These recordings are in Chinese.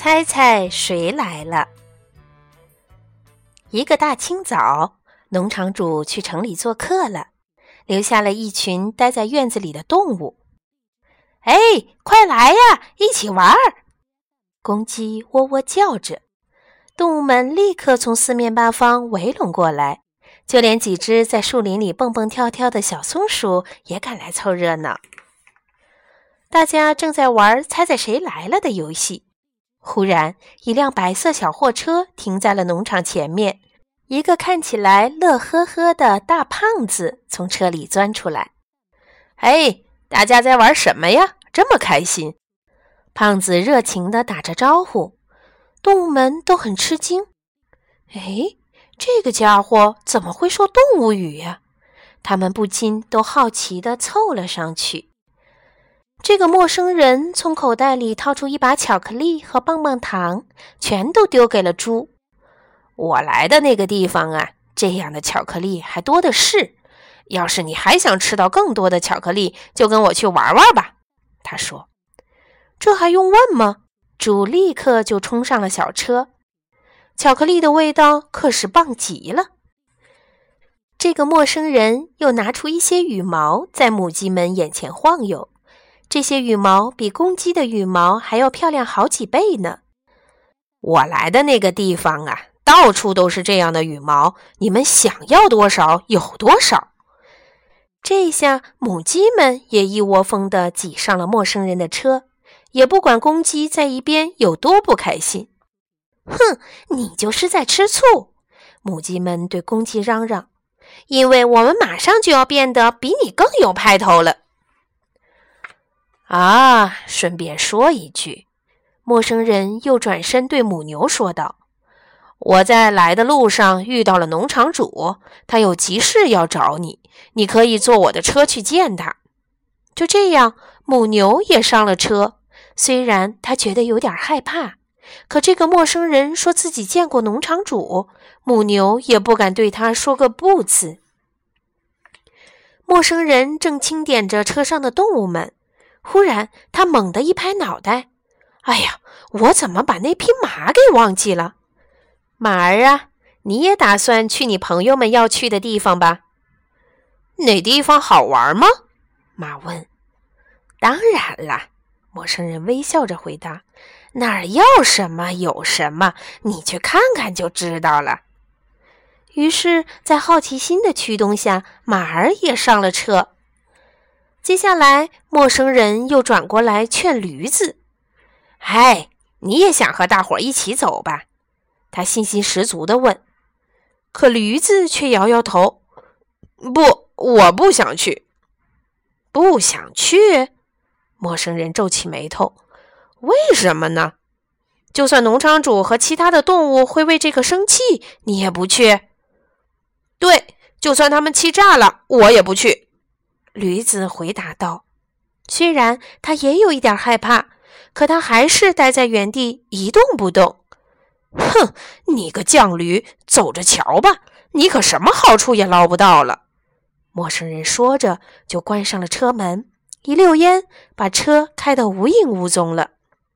猜猜谁来了？一个大清早，农场主去城里做客了，留下了一群待在院子里的动物。哎，快来呀，一起玩！公鸡喔喔叫着，动物们立刻从四面八方围拢过来，就连几只在树林里蹦蹦跳跳的小松鼠也赶来凑热闹。大家正在玩猜猜谁来了的游戏，忽然一辆白色小货车停在了农场前面，一个看起来乐呵呵的大胖子从车里钻出来。嘿，大家在玩什么呀？这么开心！胖子热情地打着招呼，动物们都很吃惊。哎，这个家伙怎么会说动物语呀？他们不禁都好奇地凑了上去。这个陌生人从口袋里掏出一把巧克力和棒棒糖，全都丢给了猪。我来的那个地方啊，这样的巧克力还多的是。要是你还想吃到更多的巧克力，就跟我去玩玩吧，他说。这还用问吗？猪立刻就冲上了小车。巧克力的味道可是棒极了。这个陌生人又拿出一些羽毛，在母鸡们眼前晃悠。这些羽毛比公鸡的羽毛还要漂亮好几倍呢。我来的那个地方啊，到处都是这样的羽毛，你们想要多少有多少。这下母鸡们也一窝蜂地挤上了陌生人的车，也不管公鸡在一边有多不开心。哼，你就是在吃醋！母鸡们对公鸡嚷嚷，因为我们马上就要变得比你更有派头了。啊，顺便说一句，陌生人又转身对母牛说道，我在来的路上遇到了农场主，他有急事要找你，你可以坐我的车去见他。就这样，母牛也上了车，虽然他觉得有点害怕，可这个陌生人说自己见过农场主，母牛也不敢对他说个不字。陌生人正清点着车上的动物们，忽然他猛地一拍脑袋，哎呀，我怎么把那匹马给忘记了？马儿啊，你也打算去你朋友们要去的地方吧？哪地方好玩吗？马问。当然啦，陌生人微笑着回答，哪儿要什么有什么，你去看看就知道了。于是在好奇心的驱动下，马儿也上了车。接下来陌生人又转过来劝驴子，嗨，你也想和大伙一起走吧？他信心十足地问。可驴子却摇摇头，不，我不想去。不想去？陌生人皱起眉头，为什么呢？就算农场主和其他的动物会为这个生气，你也不去？对，就算他们气炸了，我也不去。驴子回答道。虽然他也有一点害怕，可他还是待在原地一动不动。哼，你个犟驴，走着瞧吧，你可什么好处也捞不到了。陌生人说着就关上了车门，一溜烟把车开得无影无踪了。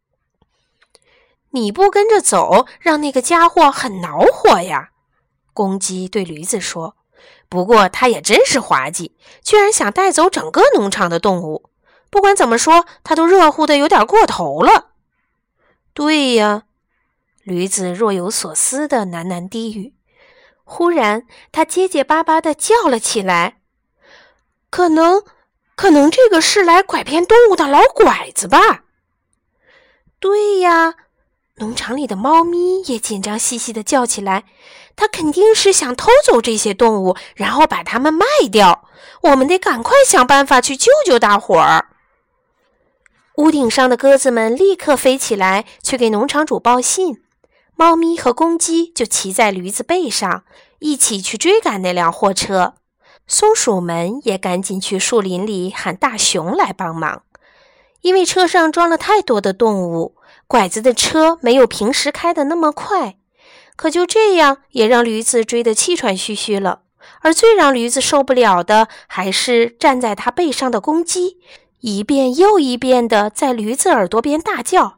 你不跟着走，让那个家伙很恼火呀，公鸡对驴子说。不过他也真是滑稽，居然想带走整个农场的动物。不管怎么说，他都热乎的有点过头了。对呀，驴子若有所思的喃喃低语。忽然他结结巴巴地叫了起来，可能这个是来拐骗动物的老拐子吧？对呀，农场里的猫咪也紧张兮兮地叫起来，他肯定是想偷走这些动物，然后把它们卖掉。我们得赶快想办法去救救大伙儿。屋顶上的鸽子们立刻飞起来，去给农场主报信。猫咪和公鸡就骑在驴子背上，一起去追赶那辆货车。松鼠们也赶紧去树林里喊大熊来帮忙。因为车上装了太多的动物，拐子的车没有平时开得那么快，可就这样也让驴子追得气喘吁吁了。而最让驴子受不了的，还是站在他背上的公鸡，一遍又一遍地在驴子耳朵边大叫，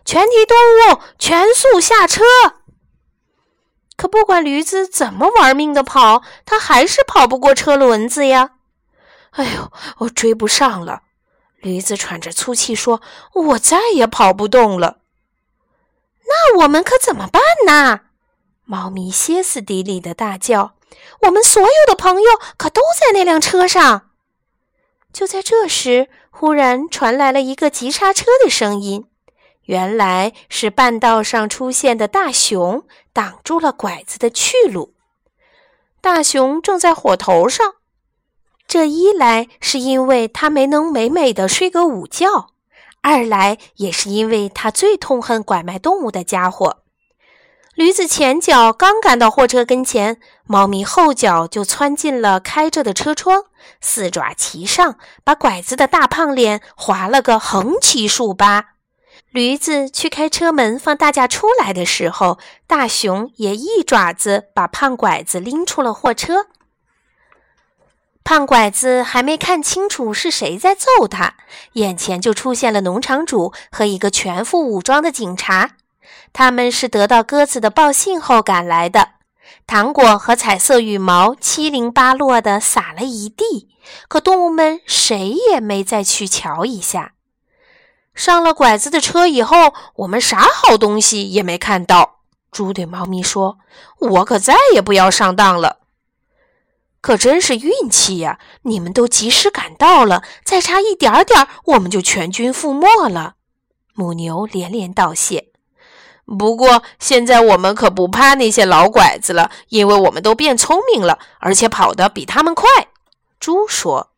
全体动物全速下车！”可不管驴子怎么玩命地跑，它还是跑不过车轮子呀。哎呦，我追不上了。驴子喘着粗气说：“我再也跑不动了。”那我们可怎么办呢？猫咪歇斯底里地大叫：“我们所有的朋友可都在那辆车上！”就在这时，忽然传来了一个急刹车的声音。原来是半道上出现的大熊挡住了拐子的去路。大熊正在火头上，这一来是因为他没能美美地睡个午觉，二来也是因为他最痛恨拐卖动物的家伙。驴子前脚刚赶到货车跟前，猫咪后脚就窜进了开着的车窗，四爪齐上，把拐子的大胖脸划了个横七竖八。驴子去开车门放大家出来的时候，大熊也一爪子把胖拐子拎出了货车。胖拐子还没看清楚是谁在揍他，眼前就出现了农场主和一个全副武装的警察。他们是得到鸽子的报信后赶来的。糖果和彩色羽毛七零八落地撒了一地，可动物们谁也没再去瞧一下。上了拐子的车以后，我们啥好东西也没看到。猪对猫咪说：“我可再也不要上当了。”可真是运气呀，你们都及时赶到了，再差一点点，我们就全军覆没了。母牛连连道谢。不过现在我们可不怕那些老拐子了，因为我们都变聪明了，而且跑得比他们快。猪说。